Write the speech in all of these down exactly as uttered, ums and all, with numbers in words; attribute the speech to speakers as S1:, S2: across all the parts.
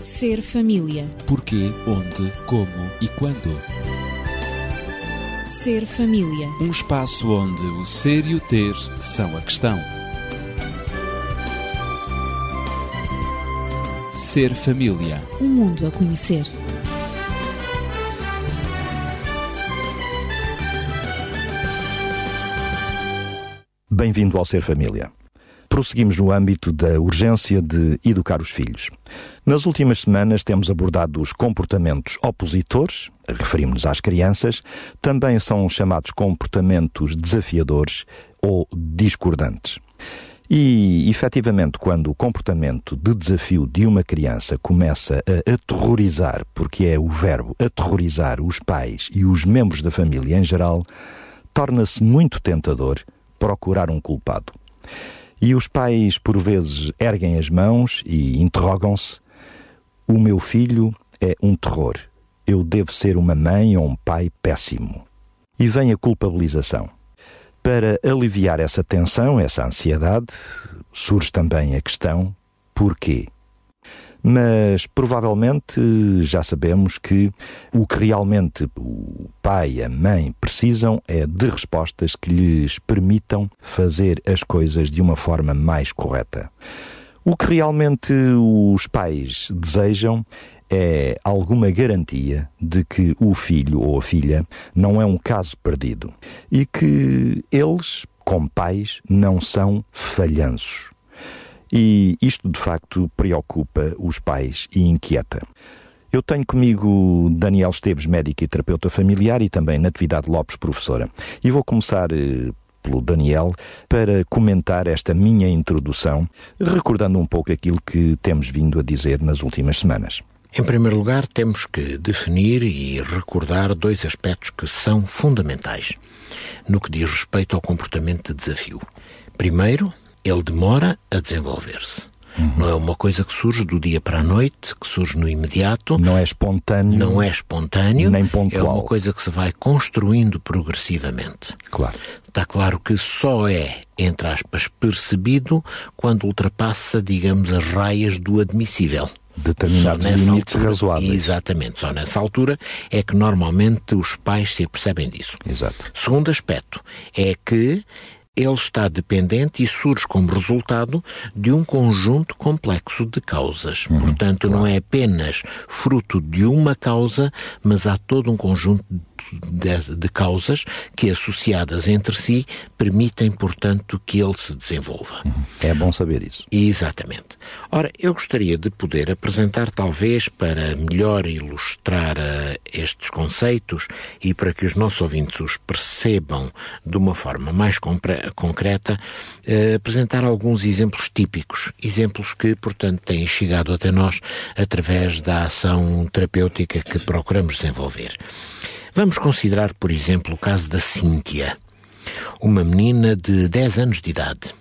S1: Ser família.
S2: Porquê, onde, como e quando.
S1: Ser família.
S2: Um espaço onde o ser e o ter são a questão. Ser família.
S1: Um mundo a conhecer.
S3: Bem-vindo ao Ser Família. Prosseguimos no âmbito da urgência de educar os filhos. Nas últimas semanas temos abordado os comportamentos opositores, referimos-nos às crianças, também são chamados comportamentos desafiadores ou discordantes. E, efetivamente, quando o comportamento de desafio de uma criança começa a aterrorizar, porque é o verbo aterrorizar os pais e os membros da família em geral, torna-se muito tentador procurar um culpado. E os pais, por vezes, erguem as mãos e interrogam-se: o meu filho é um terror, eu devo ser uma mãe ou um pai péssimo. E vem a culpabilização. Para aliviar essa tensão, essa ansiedade, surge também a questão: porquê? Mas, provavelmente, já sabemos que o que realmente o pai e a mãe precisam é de respostas que lhes permitam fazer as coisas de uma forma mais correta. O que realmente os pais desejam é alguma garantia de que o filho ou a filha não é um caso perdido e que eles, como pais, não são falhanços. E isto, de facto, preocupa os pais e inquieta. Eu tenho comigo Daniel Esteves, médico e terapeuta familiar, e também Natividade Lopes, professora. E vou começar eh, pelo Daniel para comentar esta minha introdução, recordando um pouco aquilo que temos vindo a dizer nas últimas semanas.
S4: Em primeiro lugar, temos que definir e recordar dois aspectos que são fundamentais no que diz respeito ao comportamento de desafio. Primeiro, ele demora a desenvolver-se. Uhum. Não é uma coisa que surge do dia para a noite, que surge no imediato.
S3: Não é espontâneo.
S4: Não é espontâneo.
S3: Nem pontual.
S4: É uma coisa que se vai construindo progressivamente.
S3: Claro.
S4: Está claro que só é, entre aspas, percebido quando ultrapassa, digamos, as raias do admissível.
S3: Determinados limites
S4: altura,
S3: razoáveis.
S4: Exatamente. Só nessa altura é que normalmente os pais se apercebem disso.
S3: Exato.
S4: Segundo aspecto é que ele está dependente e surge como resultado de um conjunto complexo de causas. Uhum, Portanto, claro. Não é apenas fruto de uma causa, mas há todo um conjunto de, de causas que, associadas entre si, permitem, portanto, que ele se desenvolva.
S3: Uhum. É bom saber isso.
S4: Exatamente. Ora, eu gostaria de poder apresentar, talvez, para melhor ilustrar uh, estes conceitos e para que os nossos ouvintes os percebam de uma forma mais compre- concreta, uh, apresentar alguns exemplos típicos, exemplos que, portanto, têm chegado até nós através da ação terapêutica que procuramos desenvolver. Vamos considerar, por exemplo, o caso da Cíntia, uma menina de dez anos de idade.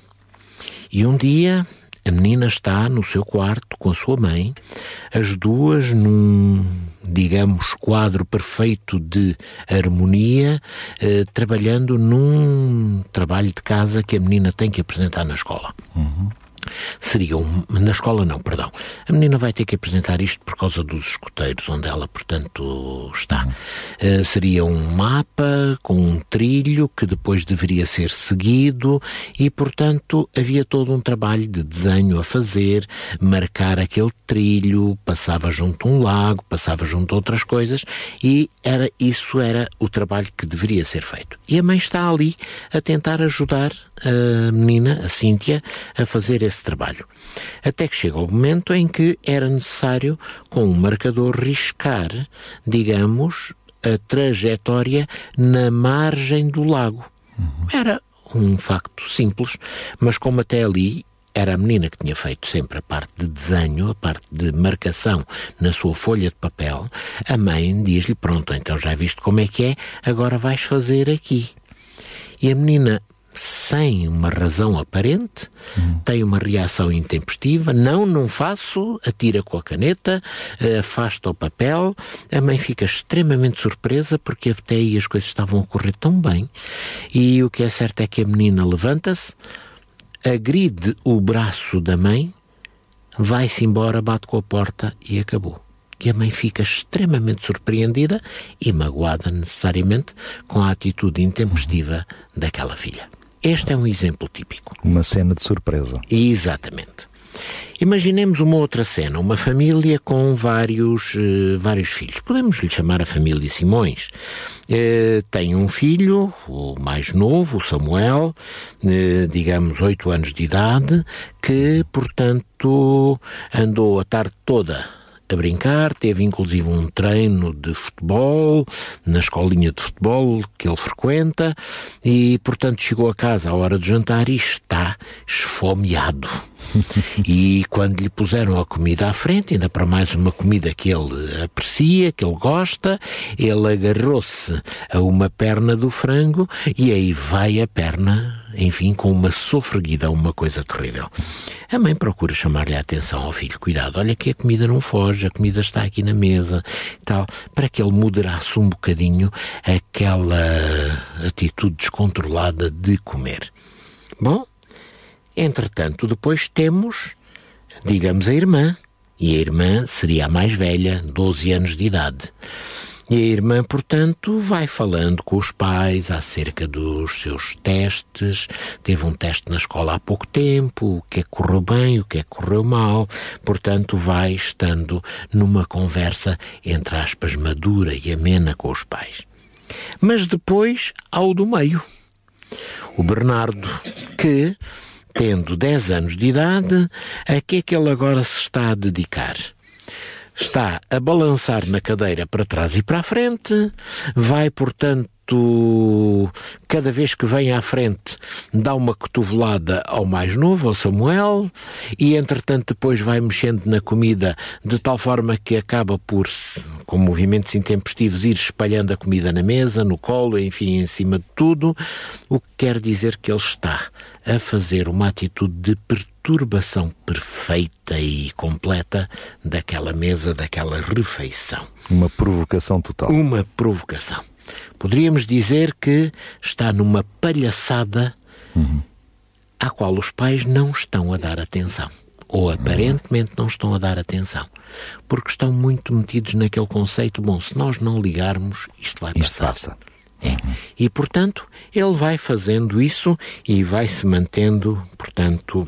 S4: E um dia a menina está no seu quarto com a sua mãe, as duas num, digamos, quadro perfeito de harmonia, eh, trabalhando num trabalho de casa que a menina tem que apresentar na escola. Uhum. Seria um... Na escola não, perdão. A menina vai ter que apresentar isto por causa dos escoteiros, onde ela, portanto, está. Uhum. Uh, seria um mapa com um trilho que depois deveria ser seguido e, portanto, havia todo um trabalho de desenho a fazer, marcar aquele trilho, passava junto a um lago, passava junto a outras coisas e era, isso era o trabalho que deveria ser feito. E a mãe está ali a tentar ajudar a menina, a Cíntia, a fazer esse trabalho. Até que chega o momento em que era necessário, com um marcador, riscar, digamos, a trajetória na margem do lago. Uhum. Era um facto simples, mas como até ali era a menina que tinha feito sempre a parte de desenho, a parte de marcação na sua folha de papel, a mãe diz-lhe: pronto, então já viste como é que é, agora vais fazer aqui. E a menina, sem uma razão aparente, uhum. tem uma reação intempestiva: não, não faço, atira com a caneta, afasta o papel. A mãe fica extremamente surpresa porque até aí as coisas estavam a correr tão bem, e o que é certo é que a menina levanta-se, agride o braço da mãe vai-se embora, bate com a porta e acabou. E a mãe fica extremamente surpreendida e magoada necessariamente com a atitude intempestiva daquela filha. Este é um exemplo típico.
S3: Uma cena de surpresa.
S4: Exatamente. Imaginemos uma outra cena, uma família com vários, uh, vários filhos. Podemos lhe chamar a família Simões. Uh, tem um filho, o mais novo, o Samuel, uh, digamos oito anos de idade, que, portanto, andou a tarde toda a brincar, teve inclusive um treino de futebol, na escolinha de futebol que ele frequenta, e, portanto, chegou a casa à hora de jantar e está esfomeado. E quando lhe puseram a comida à frente, ainda para mais uma comida que ele aprecia, que ele gosta, ele agarrou-se a uma perna do frango e aí vai a perna, enfim, com uma sofreguidão, uma coisa terrível. A mãe procura chamar-lhe a atenção ao filho. Cuidado, olha que a comida não foge, a comida está aqui na mesa, tal, para que ele moderasse um bocadinho aquela atitude descontrolada de comer. Bom, entretanto, depois temos, digamos, a irmã. E a irmã seria a mais velha, doze anos de idade. E a irmã, portanto, vai falando com os pais acerca dos seus testes. Teve um teste na escola há pouco tempo, o que é que correu bem, o que é que correu mal. Portanto, vai estando numa conversa, entre aspas, madura e amena com os pais. Mas depois há o do meio. O Bernardo, que, tendo dez anos de idade, a que é que ele agora se está a dedicar? Está a balançar na cadeira para trás e para a frente, vai, portanto, cada vez que vem à frente, dá uma cotovelada ao mais novo, ao Samuel, e, entretanto, depois vai mexendo na comida de tal forma que acaba por, com movimentos intempestivos, ir espalhando a comida na mesa, no colo, enfim, em cima de tudo, o que quer dizer que ele está a fazer uma atitude de perturbação perfeita e completa daquela mesa, daquela refeição.
S3: Uma provocação total.
S4: Uma provocação. Poderíamos dizer que está numa palhaçada uhum. à qual os pais não estão a dar atenção. Ou aparentemente não estão a dar atenção. Porque estão muito metidos naquele conceito, bom, se nós não ligarmos, isto vai
S3: isto
S4: passar.
S3: Passa.
S4: É. E, portanto, ele vai fazendo isso e vai se mantendo, portanto,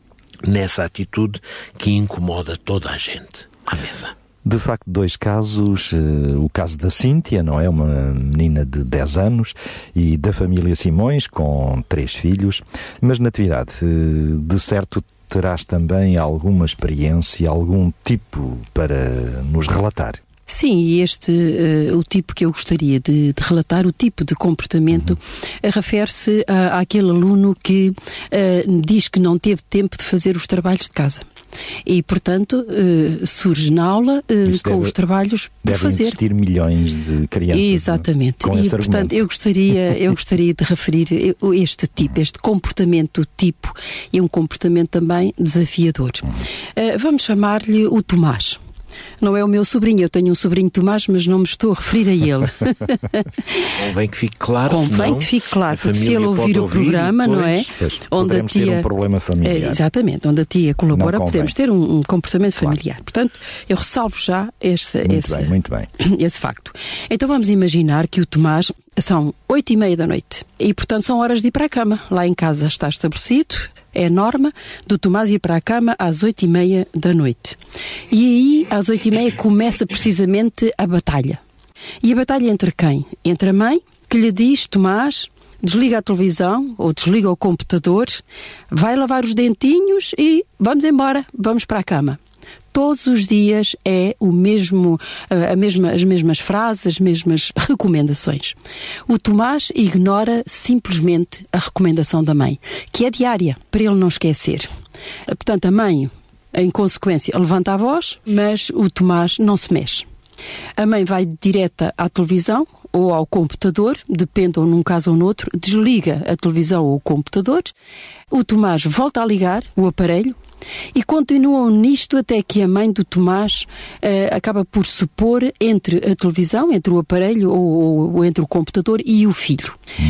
S4: nessa atitude que incomoda toda a gente à mesa.
S3: De facto, dois casos, uh, o caso da Cíntia, não é? Uma menina de dez anos, e da família Simões, com três filhos. Mas, Natividade, uh, de certo terás também alguma experiência, algum tipo para nos relatar?
S5: Sim, e este, uh, o tipo que eu gostaria de, de relatar, o tipo de comportamento, uhum. refere-se a, àquele aluno que uh, diz que não teve tempo de fazer os trabalhos de casa. E, portanto, uh, surge na aula uh, com deve, os trabalhos por fazer.
S3: Devem existir milhões de crianças.
S5: Exatamente.
S3: Com
S5: e,
S3: esse
S5: portanto,
S3: argumento.
S5: eu gostaria, eu gostaria de referir este tipo, este comportamento tipo, e um comportamento também desafiador. Uhum. Uh, vamos chamar-lhe o Tomás. Não é o meu sobrinho, eu tenho um sobrinho Tomás, mas não me estou a referir a ele.
S4: Convém que fique claro.
S5: Convém que fique claro, porque se ele ouvir o programa,
S4: depois,
S5: não é?
S3: Pois,
S5: onde a tia,
S3: ter um problema familiar.
S5: É, exatamente, onde a tia colabora, podemos ter um, um comportamento familiar. Claro. Portanto, eu ressalvo já esse,
S3: muito
S5: esse,
S3: bem, muito bem.
S5: esse facto. Então vamos imaginar que o Tomás são oito e meia da noite e, portanto, são horas de ir para a cama. Lá em casa está estabelecido. É a norma do Tomás ir para a cama às oito e meia da noite. E aí, às oito e meia, começa precisamente a batalha. E a batalha entre quem? Entre a mãe, que lhe diz, Tomás, desliga a televisão ou desliga o computador, vai lavar os dentinhos e vamos embora, vamos para a cama. Todos os dias é o mesmo, a mesma, as mesmas frases, as mesmas recomendações. O Tomás ignora simplesmente a recomendação da mãe, que é diária, para ele não esquecer. Portanto, a mãe, em consequência, levanta a voz, mas o Tomás não se mexe. A mãe vai direta à televisão ou ao computador, depende ou num caso ou noutro, desliga a televisão ou o computador. O Tomás volta a ligar o aparelho, e continuam nisto até que a mãe do Tomás uh, acaba por se pôr entre a televisão, entre o aparelho ou, ou, ou entre o computador e o filho. Uhum.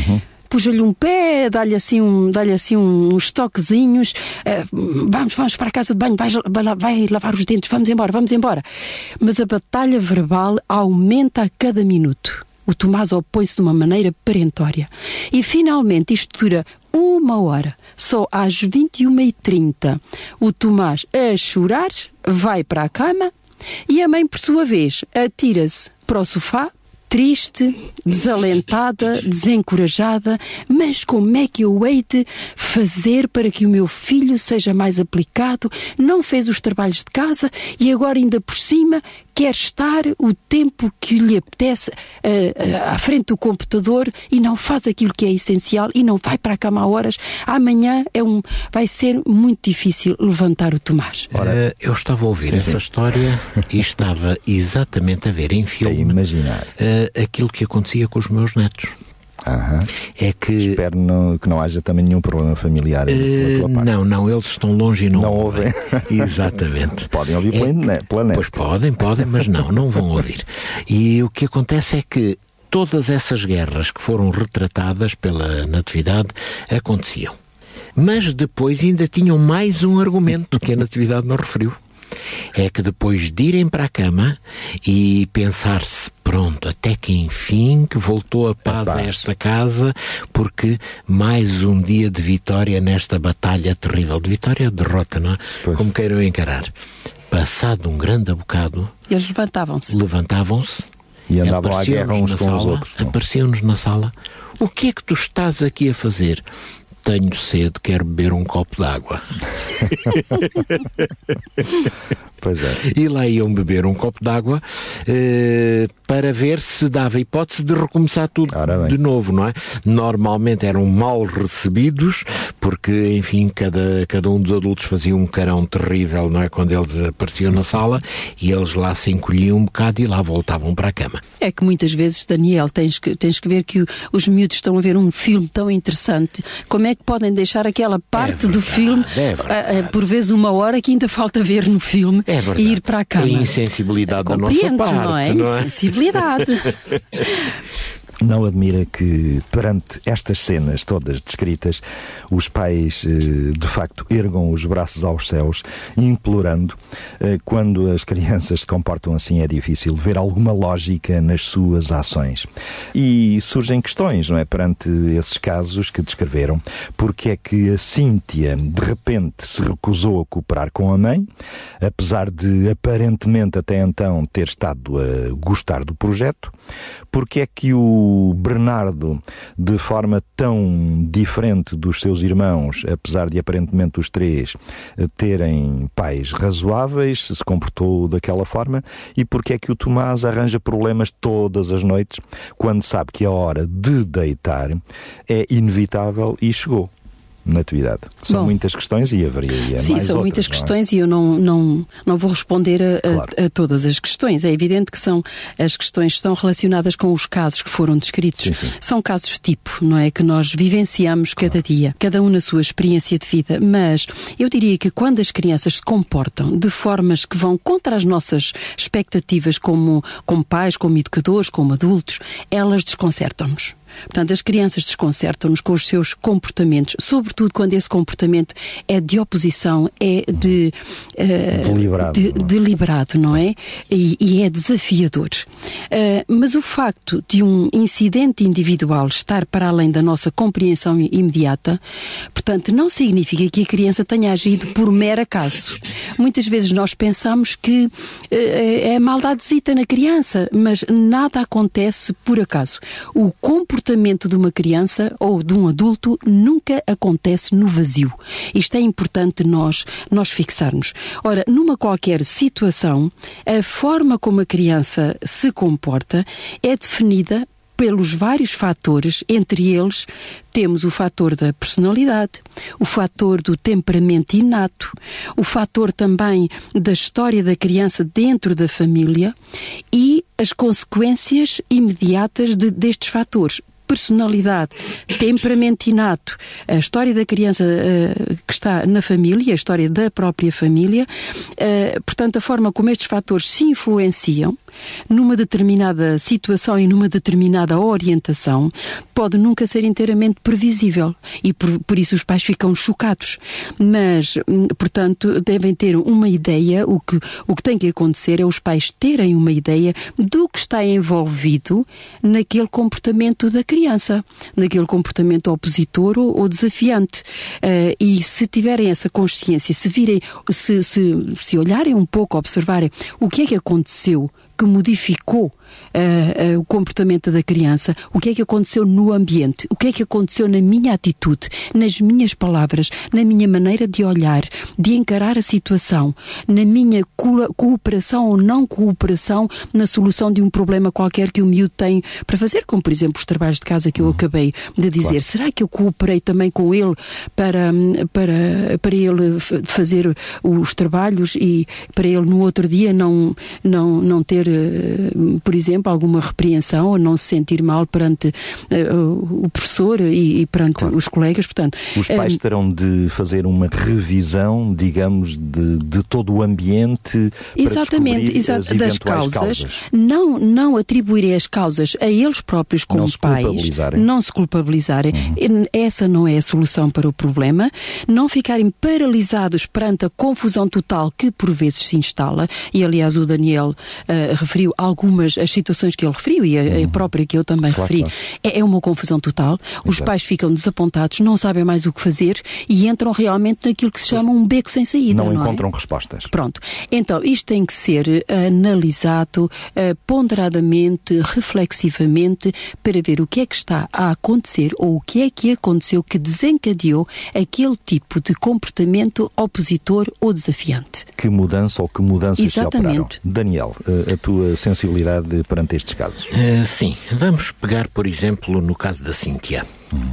S5: puxa-lhe um pé, dá-lhe assim, um, dá-lhe assim uns toquezinhos, uh, vamos, vamos para a casa de banho, vai, vai lavar os dentes, vamos embora, vamos embora. Mas a batalha verbal aumenta a cada minuto. O Tomás opõe-se de uma maneira perentória. E finalmente isto dura uma hora. Só às vinte e uma e trinta o Tomás, a chorar, vai para a cama e a mãe, por sua vez, atira-se para o sofá, triste, desalentada, desencorajada. Mas como é que eu hei de fazer para que o meu filho seja mais aplicado? Não fez os trabalhos de casa e agora ainda por cima quer estar o tempo que lhe apetece uh, uh, à frente do computador e não faz aquilo que é essencial e não vai para a cama a horas. Amanhã é um, vai ser muito difícil levantar o Tomás.
S4: Ora, uh, eu estava a ouvir sim, essa sim. história e estava exatamente a ver em filme
S3: a imaginar.
S4: Uh, aquilo que acontecia com os meus netos.
S3: Aham.
S4: É que...
S3: Espero não, que não haja também nenhum problema familiar.
S4: Uh, não, não, eles estão longe e não,
S3: não
S4: ouvem. ouvem. Exatamente.
S3: Podem ouvir é, pela net.
S4: Pois podem, podem, mas não, não vão ouvir. E o que acontece é que todas essas guerras que foram retratadas pela Natividade aconteciam. Mas depois ainda tinham mais um argumento que a Natividade não referiu. É que depois de irem para a cama e pensar-se, pronto, até que enfim que voltou a paz, a paz a esta casa, porque mais um dia de vitória nesta batalha terrível. De vitória ou de derrota, não é? Pois. Como queiram encarar. Passado um grande bocado,
S5: eles levantavam-se.
S4: Levantavam-se
S3: e andavam à guerra uns com
S4: sala,
S3: os outros.
S4: Apareciam-nos na sala. O que é que tu estás aqui a fazer? Tenho sede, quero beber um copo de água.
S3: Pois é.
S4: E lá iam beber um copo de água eh, para ver se dava hipótese de recomeçar tudo de novo, não é? Normalmente eram mal recebidos, porque, enfim, cada, cada um dos adultos fazia um carão terrível, não é? Quando eles apareciam na sala e eles lá se encolhiam um bocado e lá voltavam para a cama.
S5: É que muitas vezes, Daniel, tens que, tens que ver que o, os miúdos estão a ver um filme tão interessante. Como é que podem deixar aquela parte é verdade, do filme, é a, a, por vezes uma hora que ainda falta ver no filme
S4: é
S5: e ir para a cama?
S4: A insensibilidade da nossa parte,
S5: não é?
S4: Não é?
S5: Insensibilidade.
S3: Não admira que, perante estas cenas todas descritas, os pais, de facto, ergam os braços aos céus, implorando. Quando as crianças se comportam assim, é difícil ver alguma lógica nas suas ações. E surgem questões, não é? Perante esses casos que descreveram. Porque é que a Cíntia, de repente, se recusou a cooperar com a mãe, apesar de, aparentemente, até então, ter estado a gostar do projeto? Porque é que o Bernardo, de forma tão diferente dos seus irmãos, apesar de aparentemente os três terem pais razoáveis, se comportou daquela forma? E porque é que o Tomás arranja problemas todas as noites, quando sabe que a hora de deitar é inevitável e chegou? Natividade. São Bom, muitas questões e haveria
S5: sim,
S3: mais
S5: são
S3: outras,
S5: muitas
S3: não é?
S5: questões e eu não, não, não vou responder a,
S3: claro.
S5: a, a todas as questões. É evidente que são, as questões estão relacionadas com os casos que foram descritos.
S3: Sim, sim.
S5: São casos tipo, não é? Que nós vivenciamos claro. cada dia, cada um na sua experiência de vida. Mas eu diria que quando as crianças se comportam de formas que vão contra as nossas expectativas como, como pais, como educadores, como adultos, elas desconcertam-nos. Portanto, as crianças desconcertam-nos com os seus comportamentos, sobretudo quando esse comportamento é de oposição, é de... Uh,
S3: deliberado.
S5: De, deliberado, não é? E, e é desafiador. Uh, mas o facto de um incidente individual estar para além da nossa compreensão imediata, portanto, não significa que a criança tenha agido por mero acaso. Muitas vezes nós pensamos que uh, é maldadezita na criança, mas nada acontece por acaso. O comportamento de uma criança ou de um adulto nunca acontece no vazio. Isto é importante nós, nós fixarmos. Ora, numa qualquer situação, a forma como a criança se comporta é definida pelos vários fatores, entre eles temos o fator da personalidade, o fator do temperamento inato, o fator também da história da criança dentro da família e as consequências imediatas de, destes fatores. Personalidade, temperamento inato, a história da criança uh, que está na família, a história da própria família, uh, portanto, a forma como estes fatores se influenciam numa determinada situação e numa determinada orientação, pode nunca ser inteiramente previsível. E por, por isso os pais ficam chocados. Mas, portanto, devem ter uma ideia, o que, o que tem que acontecer é os pais terem uma ideia do que está envolvido naquele comportamento da criança, naquele comportamento opositor ou, ou desafiante. Uh, e se tiverem essa consciência, se virem, se, se, se olharem um pouco, observarem o que é que aconteceu que modificou uh, uh, o comportamento da criança, o que é que aconteceu no ambiente, o que é que aconteceu na minha atitude, nas minhas palavras, na minha maneira de olhar, de encarar a situação, na minha co- cooperação ou não cooperação na solução de um problema qualquer que o miúdo tem para fazer, como por exemplo os trabalhos de casa que eu acabei de dizer. Claro. Será que eu cooperei também com ele para, para, para ele fazer os trabalhos e para ele no outro dia não, não, não ter, por exemplo, alguma repreensão ou não se sentir mal perante uh, o professor e, e perante claro. Os colegas, portanto...
S3: Os pais um, terão de fazer uma revisão, digamos, de, de todo o ambiente
S5: exatamente,
S3: para
S5: exa-
S3: as
S5: das causas,
S3: causas.
S5: Não, não atribuírem as causas a eles próprios como
S3: não se
S5: pais,
S3: culpabilizarem.
S5: não se culpabilizarem. Uhum. Essa não é a solução para o problema. Não ficarem paralisados perante a confusão total que por vezes se instala, e aliás o Daniel uh, referiu algumas, as situações que ele referiu e a, uhum. a própria que eu também claro, referi, claro. É, é uma confusão total. Os Exato. Pais ficam desapontados, não sabem mais o que fazer e entram realmente naquilo que se chama um beco sem saída.
S3: Não,
S5: não
S3: encontram
S5: é?
S3: respostas.
S5: Pronto. Então, isto tem que ser uh, analisado uh, ponderadamente, reflexivamente, para ver o que é que está a acontecer ou o que é que aconteceu que desencadeou aquele tipo de comportamento opositor ou desafiante.
S3: Que mudança ou que mudanças
S5: Exatamente.
S3: Se operaram? Daniel, a tua sensibilidade perante estes casos?
S4: Uh, sim, vamos pegar, por exemplo, no caso da Cíntia. Hum.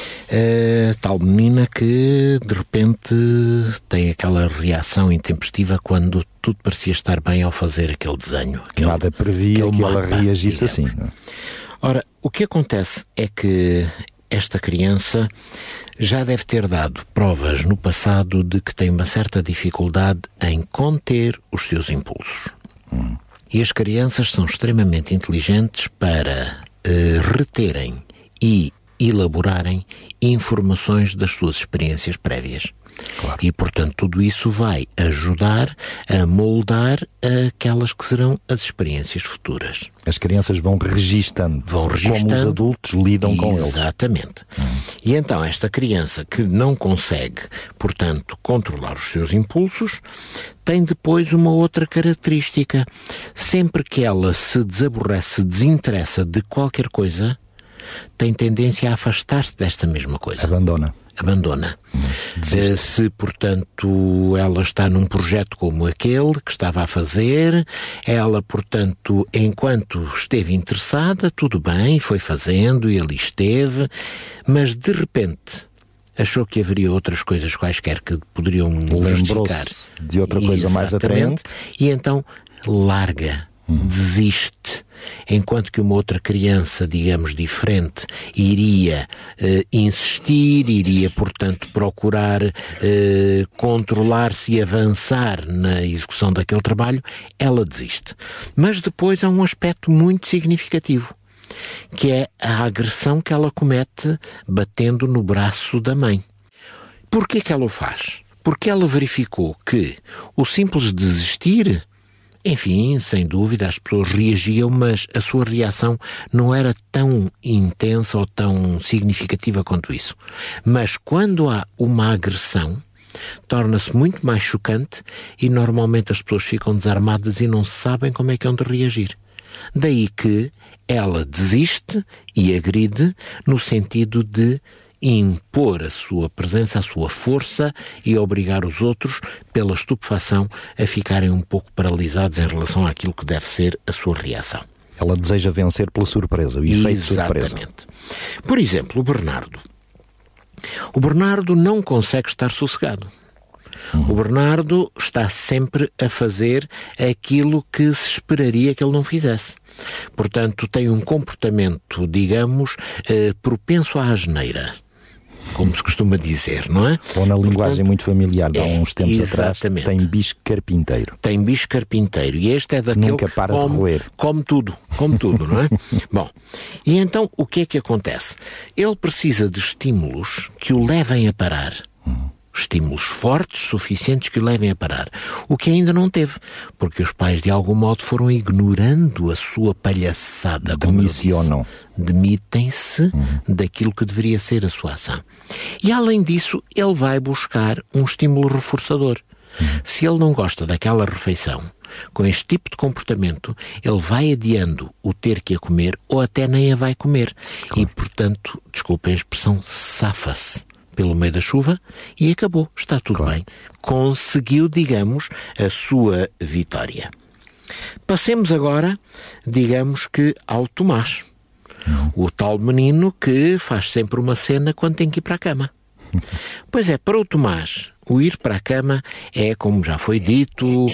S4: Uh, tal menina que, de repente, tem aquela reação intempestiva quando tudo parecia estar bem ao fazer aquele desenho. Aquele,
S3: Nada previa que ela reagisse assim. Não?
S4: Ora, o que acontece é que esta criança já deve ter dado provas no passado de que tem uma certa dificuldade em conter os seus impulsos. Hum. E as crianças são extremamente inteligentes para uh, reterem e elaborarem informações das suas experiências prévias. Claro. E, portanto, tudo isso vai ajudar a moldar aquelas que serão as experiências futuras.
S3: As crianças vão registando,
S4: vão registando
S3: como os adultos lidam
S4: e,
S3: com eles.
S4: Exatamente. Hum. E então, esta criança que não consegue, portanto, controlar os seus impulsos, tem depois uma outra característica. Sempre que ela se desaborrece, se desinteressa de qualquer coisa, tem tendência a afastar-se desta mesma coisa.
S3: Abandona.
S4: Abandona. Hum, se, portanto, ela está num projeto como aquele que estava a fazer, ela, portanto, enquanto esteve interessada, tudo bem, foi fazendo e ali esteve, mas de repente achou que haveria outras coisas quaisquer que poderiam justificar.
S3: De outra coisa Exatamente. Mais atraente.
S4: E então larga. Uhum. Desiste, enquanto que uma outra criança, digamos, diferente, iria eh, insistir, iria, portanto, procurar eh, controlar-se e avançar na execução daquele trabalho, ela desiste. Mas depois há um aspecto muito significativo, que é a agressão que ela comete batendo no braço da mãe. Porquê que ela o faz? Porque ela verificou que o simples desistir, enfim, sem dúvida, as pessoas reagiam, mas a sua reação não era tão intensa ou tão significativa quanto isso. Mas quando há uma agressão, torna-se muito mais chocante e normalmente as pessoas ficam desarmadas e não sabem como é que hão de reagir. Daí que ela desiste e agride no sentido de impor a sua presença, a sua força e obrigar os outros, pela estupefação, a ficarem um pouco paralisados em relação àquilo que deve ser a sua reação.
S3: Ela deseja vencer pela surpresa, o efeito surpresa.
S4: Exatamente. Por exemplo, o Bernardo. O Bernardo não consegue estar sossegado. Uhum. O Bernardo está sempre a fazer aquilo que se esperaria que ele não fizesse. Portanto, tem um comportamento, digamos, eh, propenso à asneira. como se costuma dizer, não é?
S3: Ou na linguagem
S4: Portanto,
S3: muito familiar de há
S4: é,
S3: uns tempos
S4: exatamente.
S3: atrás, tem bicho carpinteiro.
S4: Tem bicho carpinteiro, e este é daquele
S3: Nunca para
S4: que come,
S3: de roer.
S4: come tudo, come tudo, não é? Bom, e então o que é que acontece? Ele precisa de estímulos que o levem a parar. Hum. Estímulos fortes, suficientes, que o levem a parar. O que ainda não teve, porque os pais de algum modo foram ignorando a sua palhaçada.
S3: Demissionam.
S4: Demitem-se uhum. daquilo que deveria ser a sua ação. E além disso, ele vai buscar um estímulo reforçador. Uhum. Se ele não gosta daquela refeição, com este tipo de comportamento, ele vai adiando o ter que a comer ou até nem a vai comer. Claro. E, portanto, desculpem a expressão, safa-se pelo meio da chuva e acabou. Está tudo claro. bem. Conseguiu, digamos, a sua vitória. Passemos agora, digamos que, ao Tomás. Não. O tal menino que faz sempre uma cena quando tem que ir para a cama. Pois é, para o Tomás, o ir para a cama é, como já foi dito,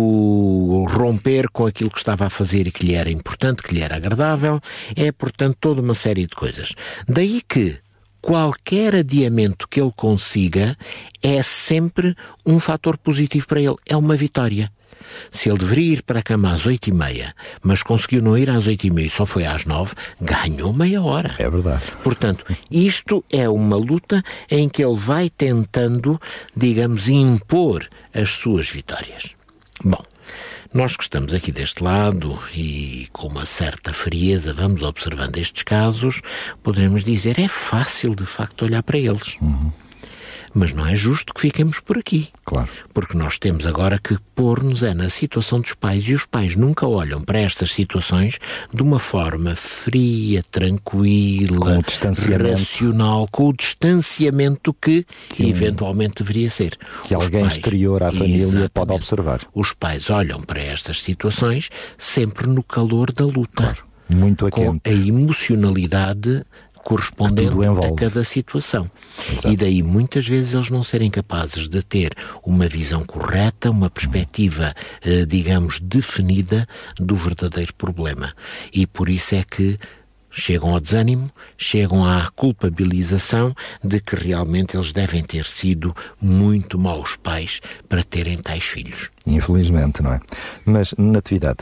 S4: o romper com aquilo que estava a fazer e que lhe era importante, que lhe era agradável. É, portanto, toda uma série de coisas. Daí que qualquer adiamento que ele consiga é sempre um fator positivo para ele. É uma vitória. Se ele deveria ir para a cama às oito e meia, mas conseguiu não ir às oito e meia e só foi às nove, ganhou meia hora.
S3: É verdade.
S4: Portanto, isto é uma luta em que ele vai tentando, digamos, impor as suas vitórias. Bom, nós que estamos aqui deste lado e com uma certa frieza vamos observando estes casos, poderemos dizer, é fácil de facto olhar para eles. Uhum. Mas não é justo que fiquemos por aqui.
S3: Claro.
S4: Porque nós temos agora que pôr-nos é na situação dos pais, e os pais nunca olham para estas situações de uma forma fria, tranquila,
S3: com o distanciamento,
S4: racional, com o distanciamento que, que eventualmente deveria ser.
S3: Que
S4: os
S3: alguém
S4: pais,
S3: exterior à família
S4: exatamente,
S3: pode observar.
S4: Os pais olham para estas situações sempre no calor da luta.
S3: Claro. Muito a
S4: com
S3: quente.
S4: a emocionalidade correspondente a cada situação.
S3: Exato.
S4: E daí muitas vezes eles não serem capazes de ter uma visão correta, uma perspectiva, eh, digamos, definida do verdadeiro problema. E por isso é que chegam ao desânimo, chegam à culpabilização de que realmente eles devem ter sido muito maus pais para terem tais filhos.
S3: Infelizmente, não é? Mas, Natividade,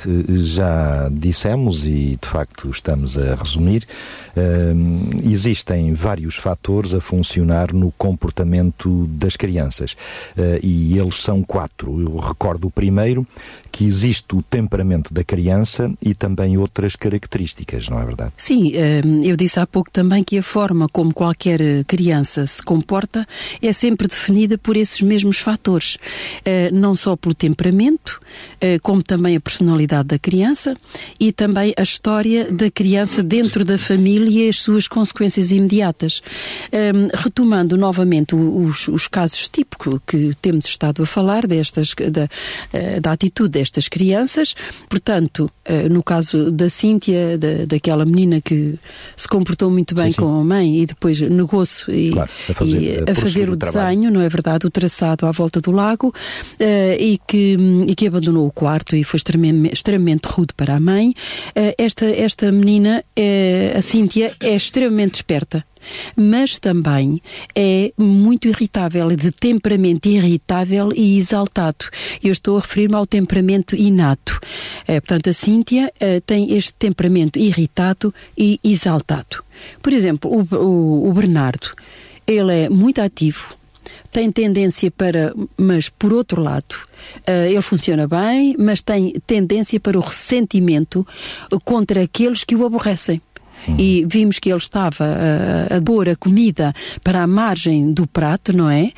S3: já dissemos e, de facto, estamos a resumir, hum, existem vários fatores a funcionar no comportamento das crianças. Uh, e eles são quatro. Eu recordo o primeiro, que existe o temperamento da criança e também outras características, não é verdade?
S5: Sim, eu disse há pouco também que a forma como qualquer criança se comporta é sempre definida por esses mesmos fatores. Não só pelo temperamento, como também a personalidade da criança e também a história da criança dentro da família e as suas consequências imediatas. Retomando novamente os, os casos típicos que temos estado a falar destas, da, da atitude destas crianças, portanto, no caso da Cíntia, da, daquela menina que se comportou muito bem sim, sim. com a mãe e depois negou-se e, claro, a fazer, e, a fazer o, o desenho, não é verdade, o traçado à volta do lago, uh, e, que, e que abandonou o quarto e foi extremamente, extremamente rude para a mãe. Uh, esta, esta menina, uh, a Cíntia, é extremamente esperta, mas também é muito irritável, é de temperamento irritável e exaltado. Eu estou a referir-me ao temperamento inato. É, portanto, a Cíntia é, tem este temperamento irritado e exaltado. Por exemplo, o, o, o Bernardo, ele é muito ativo, tem tendência para, mas por outro lado, uh, ele funciona bem, mas tem tendência para o ressentimento contra aqueles que o aborrecem. Uhum. E vimos que ele estava a, a pôr a comida para a margem do prato, não é?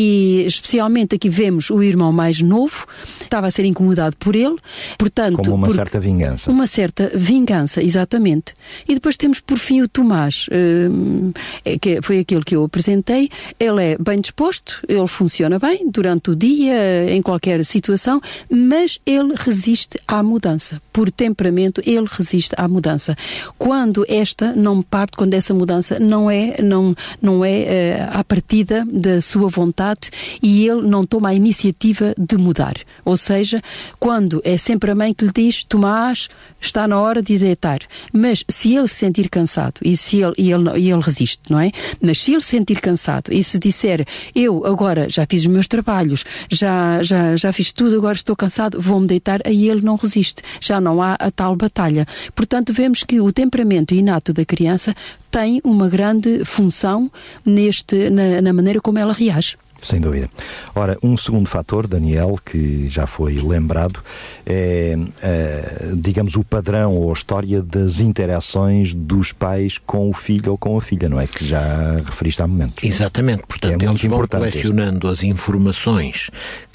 S5: E especialmente aqui vemos o irmão mais novo, estava a ser incomodado por ele, portanto...
S3: Como uma certa vingança.
S5: Uma certa vingança, exatamente. E depois temos por fim o Tomás, uh, que foi aquele que eu apresentei. Ele é bem disposto, ele funciona bem durante o dia, em qualquer situação, mas ele resiste à mudança. Por temperamento, ele resiste à mudança. Quando esta não parte quando essa mudança não é, não, não é uh, à partida da sua vontade e ele não toma a iniciativa de mudar. Ou seja, quando é sempre a mãe que lhe diz, Tomás, está na hora de deitar. Mas se ele se sentir cansado e se ele, e ele, e ele resiste, não é? Mas se ele se sentir cansado e se disser, eu agora já fiz os meus trabalhos, já, já, já fiz tudo, agora estou cansado, vou-me deitar, aí ele não resiste. Já não há a tal batalha. Portanto, vemos que o temperamento inato da criança tem uma grande função neste, na, na maneira como ela reage.
S3: Sem dúvida. Ora, um segundo fator, Daniel, que já foi lembrado, é, é, digamos, o padrão ou a história das interações dos pais com o filho ou com a filha, não é? Que já referiste há momentos.
S4: Exatamente. Portanto, é eles vão colecionando as informações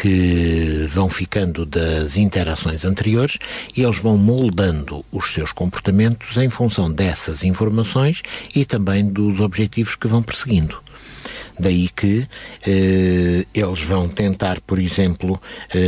S4: que vão ficando das interações anteriores e eles vão moldando os seus comportamentos em função dessas informações e também dos objetivos que vão perseguindo. Daí que eh, eles vão tentar, por exemplo,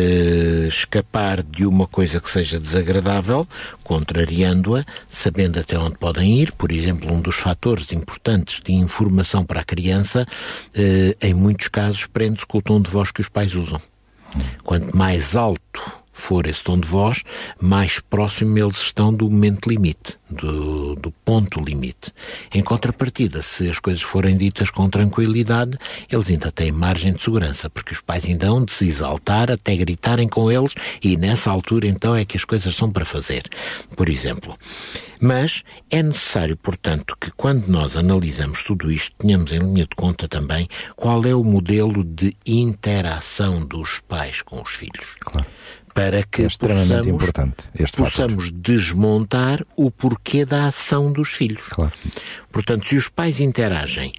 S4: eh, escapar de uma coisa que seja desagradável, contrariando-a, sabendo até onde podem ir. Por exemplo, um dos fatores importantes de informação para a criança, eh, em muitos casos, prende-se com o tom de voz que os pais usam. Quanto mais alto for esse tom de voz, mais próximo eles estão do momento limite, do, do ponto limite. Em contrapartida, se as coisas forem ditas com tranquilidade, eles ainda têm margem de segurança, porque os pais ainda hão de se exaltar até gritarem com eles e nessa altura então é que as coisas são para fazer, por exemplo. Mas é necessário, portanto, que quando nós analisamos tudo isto, tenhamos em linha de conta também qual é o modelo de interação dos pais com os filhos.
S3: Claro.
S4: Para que
S3: é extremamente
S4: possamos,
S3: importante este
S4: possamos
S3: fator.
S4: desmontar o porquê da ação dos filhos.
S3: Claro.
S4: Portanto, se os pais interagem,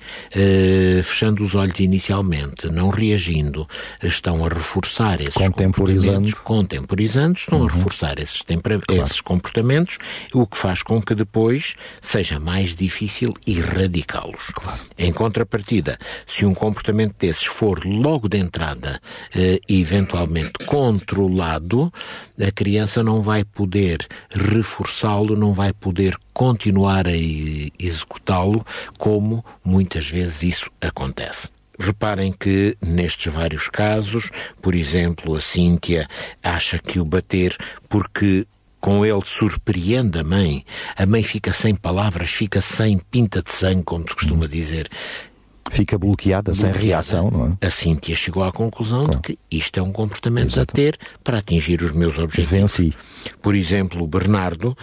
S4: eh, fechando os olhos inicialmente, não reagindo, estão a reforçar esses comportamentos, contemporizando, estão uhum. a reforçar esses, tempera- claro. esses comportamentos, o que faz com que depois seja mais difícil erradicá-los.
S3: Claro.
S4: Em contrapartida, se um comportamento desses for logo de entrada, eh, eventualmente controlado, a criança não vai poder reforçá-lo, não vai poder continuar a executá-lo, como muitas vezes isso acontece. Reparem que nestes vários casos, por exemplo, a Cíntia acha que o bater porque com ele surpreende a mãe, a mãe fica sem palavras, fica sem pinta de sangue, como se costuma dizer.
S3: Fica bloqueada, bloqueada, sem reação, não é?
S4: A Cíntia chegou à conclusão claro. de que isto é um comportamento Exato. a ter para atingir os meus objetivos.
S3: Venci.
S4: Por exemplo, o Bernardo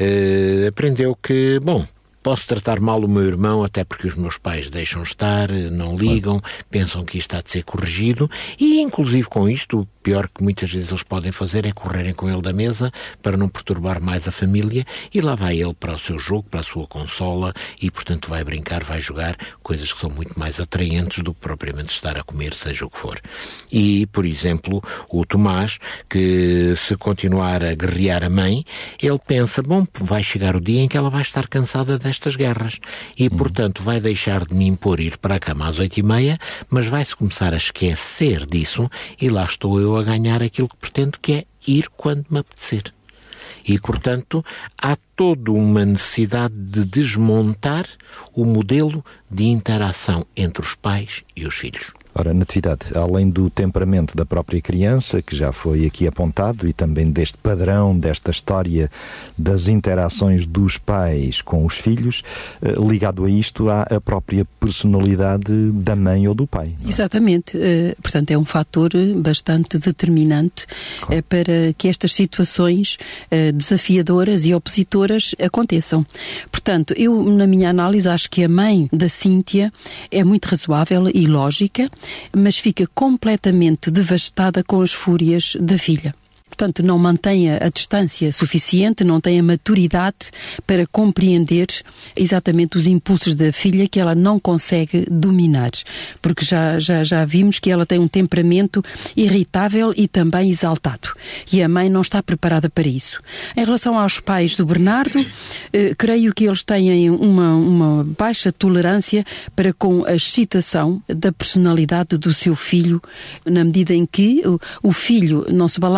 S4: eh, aprendeu que, bom, posso tratar mal o meu irmão até porque os meus pais deixam estar, não ligam, claro. pensam que isto há de ser corrigido e, inclusive com isto, o pior que muitas vezes eles podem fazer é correrem com ele da mesa para não perturbar mais a família e lá vai ele para o seu jogo, para a sua consola e, portanto, vai brincar, vai jogar, coisas que são muito mais atraentes do que propriamente estar a comer, seja o que for. E, por exemplo, o Tomás, que se continuar a guerrear a mãe, ele pensa, bom, vai chegar o dia em que ela vai estar cansada destas guerras e, portanto, vai deixar de me impor ir para a cama às oito e meia, mas vai-se começar a esquecer disso e lá estou eu a ganhar aquilo que pretendo, que é ir quando me apetecer. E, portanto, há toda uma necessidade de desmontar o modelo de interação entre os pais e os filhos.
S3: Ora, Natividade, além do temperamento da própria criança, que já foi aqui apontado, e também deste padrão, desta história das interações dos pais com os filhos, ligado a isto há a própria personalidade da mãe ou do pai. Não é?
S5: Exatamente. Uh, portanto, é um fator bastante determinante claro. uh, para que estas situações uh, desafiadoras e opositoras aconteçam. Portanto, eu, na minha análise, acho que a mãe da Cíntia é muito razoável e lógica, mas fica completamente devastada com as fúrias da filha. Portanto, não mantém a distância suficiente, não tem a maturidade para compreender exatamente os impulsos da filha que ela não consegue dominar. Porque já, já, já vimos que ela tem um temperamento irritável e também exaltado. E a mãe não está preparada para isso. Em relação aos pais do Bernardo, eh, creio que eles têm uma, uma baixa tolerância para com a excitação da personalidade do seu filho, na medida em que o, o filho não se balança na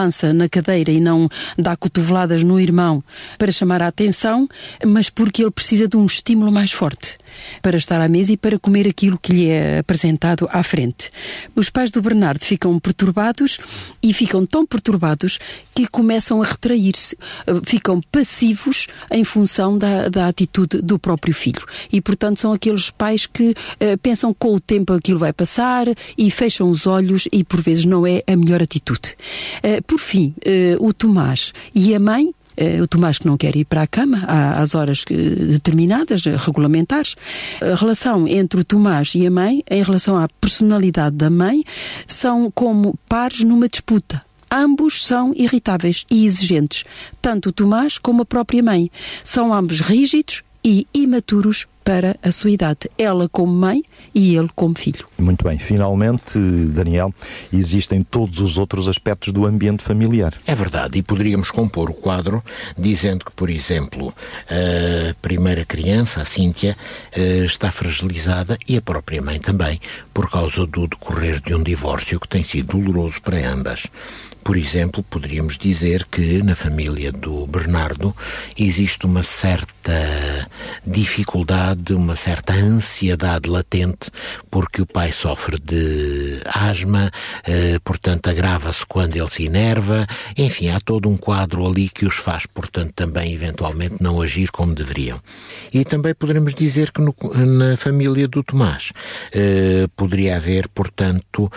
S5: na cadeira e não dá cotoveladas no irmão para chamar a atenção, mas porque ele precisa de um estímulo mais forte para estar à mesa e para comer aquilo que lhe é apresentado à frente. Os pais do Bernardo ficam perturbados e ficam tão perturbados que começam a retrair-se, ficam passivos em função da, da atitude do próprio filho. E, portanto, são aqueles pais que uh, pensam que com o tempo aquilo vai passar e fecham os olhos e, por vezes, não é a melhor atitude. Uh, por fim, uh, o Tomás e a mãe, o Tomás que não quer ir para a cama às horas determinadas, regulamentares. A relação entre o Tomás e a mãe, em relação à personalidade da mãe, são como pares numa disputa. Ambos são irritáveis e exigentes, tanto o Tomás como a própria mãe. São ambos rígidos e imaturos para a sua idade. Ela como mãe e ele como filho.
S3: Muito bem. Finalmente, Daniel, existem todos os outros aspectos do ambiente familiar.
S4: É verdade. E poderíamos compor o quadro dizendo que, por exemplo, a primeira criança, a Cíntia, está fragilizada e a própria mãe também, por causa do decorrer de um divórcio que tem sido doloroso para ambas. Por exemplo, poderíamos dizer que na família do Bernardo existe uma certa dificuldade, uma certa ansiedade latente, porque o pai sofre de asma, eh, portanto agrava-se quando ele se enerva. Enfim, há todo um quadro ali que os faz, portanto, também eventualmente não agir como deveriam. E também poderemos dizer que no, na família do Tomás eh, poderia haver, portanto,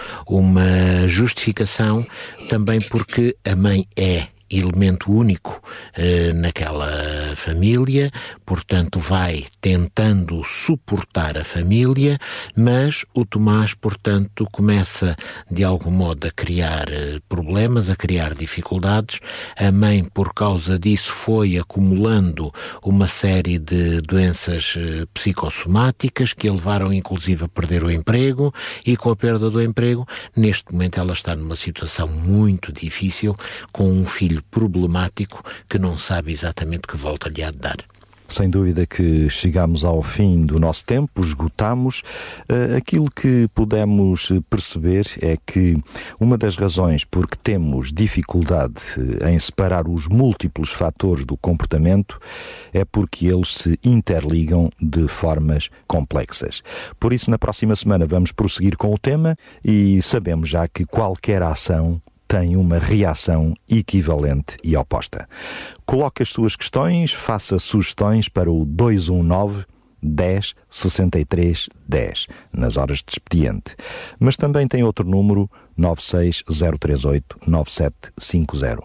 S4: uma justificação também porque a mãe é elemento único eh, naquela família, portanto vai tentando suportar a família, mas o Tomás, portanto, começa de algum modo a criar eh, problemas, a criar dificuldades. A mãe, por causa disso, foi acumulando uma série de doenças eh, psicossomáticas que a levaram inclusive a perder o emprego, e com a perda do emprego, neste momento ela está numa situação muito difícil, com um filho problemático que não sabe exatamente que volta lhe há de dar.
S3: Sem dúvida que chegamos ao fim do nosso tempo, esgotamos. Uh, aquilo que pudemos perceber é que uma das razões por que temos dificuldade em separar os múltiplos fatores do comportamento é porque eles se interligam de formas complexas. Por isso, na próxima semana vamos prosseguir com o tema e sabemos já que qualquer ação tem uma reação equivalente e oposta. Coloque as suas questões, faça sugestões para o dois um nove, dez, sessenta e três, dez, nas horas de expediente. Mas também tem outro número, nove seis zero três oito, nove sete cinco zero.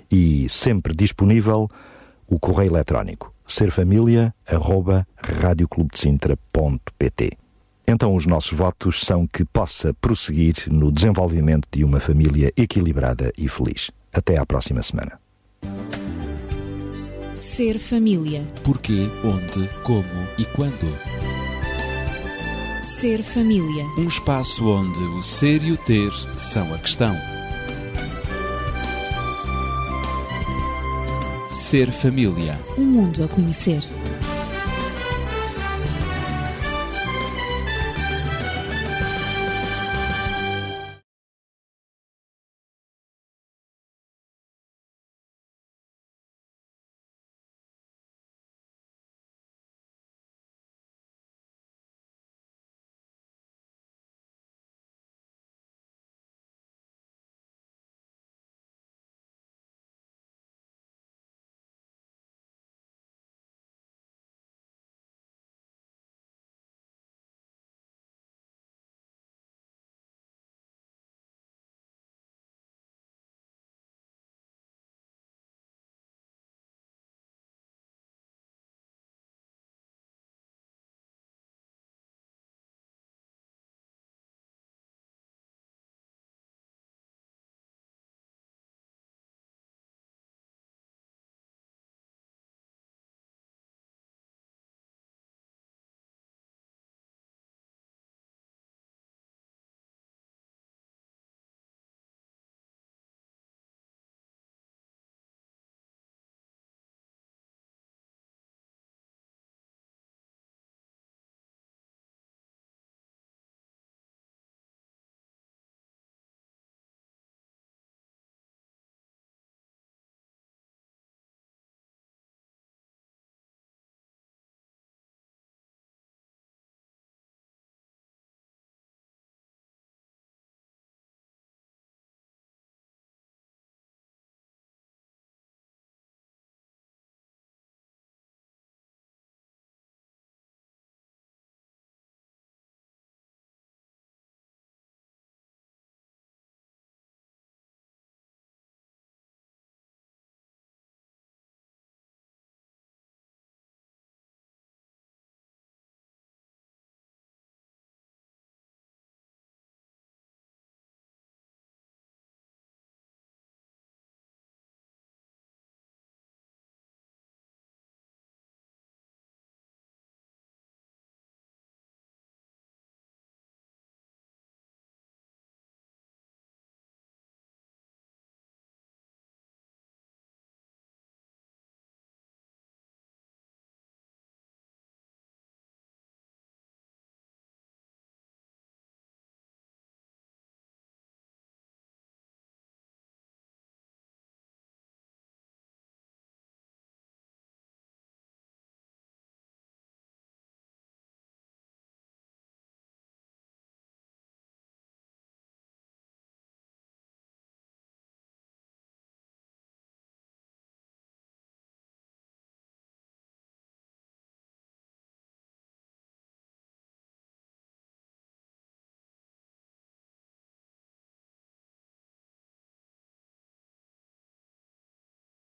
S3: E sempre disponível o correio eletrónico serfamilia arroba radioclubdesintra ponto pt. Então os nossos votos são que possa prosseguir no desenvolvimento de uma família equilibrada e feliz. Até à próxima semana.
S1: Ser família.
S2: Porquê, onde, como e quando.
S1: Ser família.
S2: Um espaço onde o ser e o ter são a questão. Ser família.
S1: Um mundo a conhecer.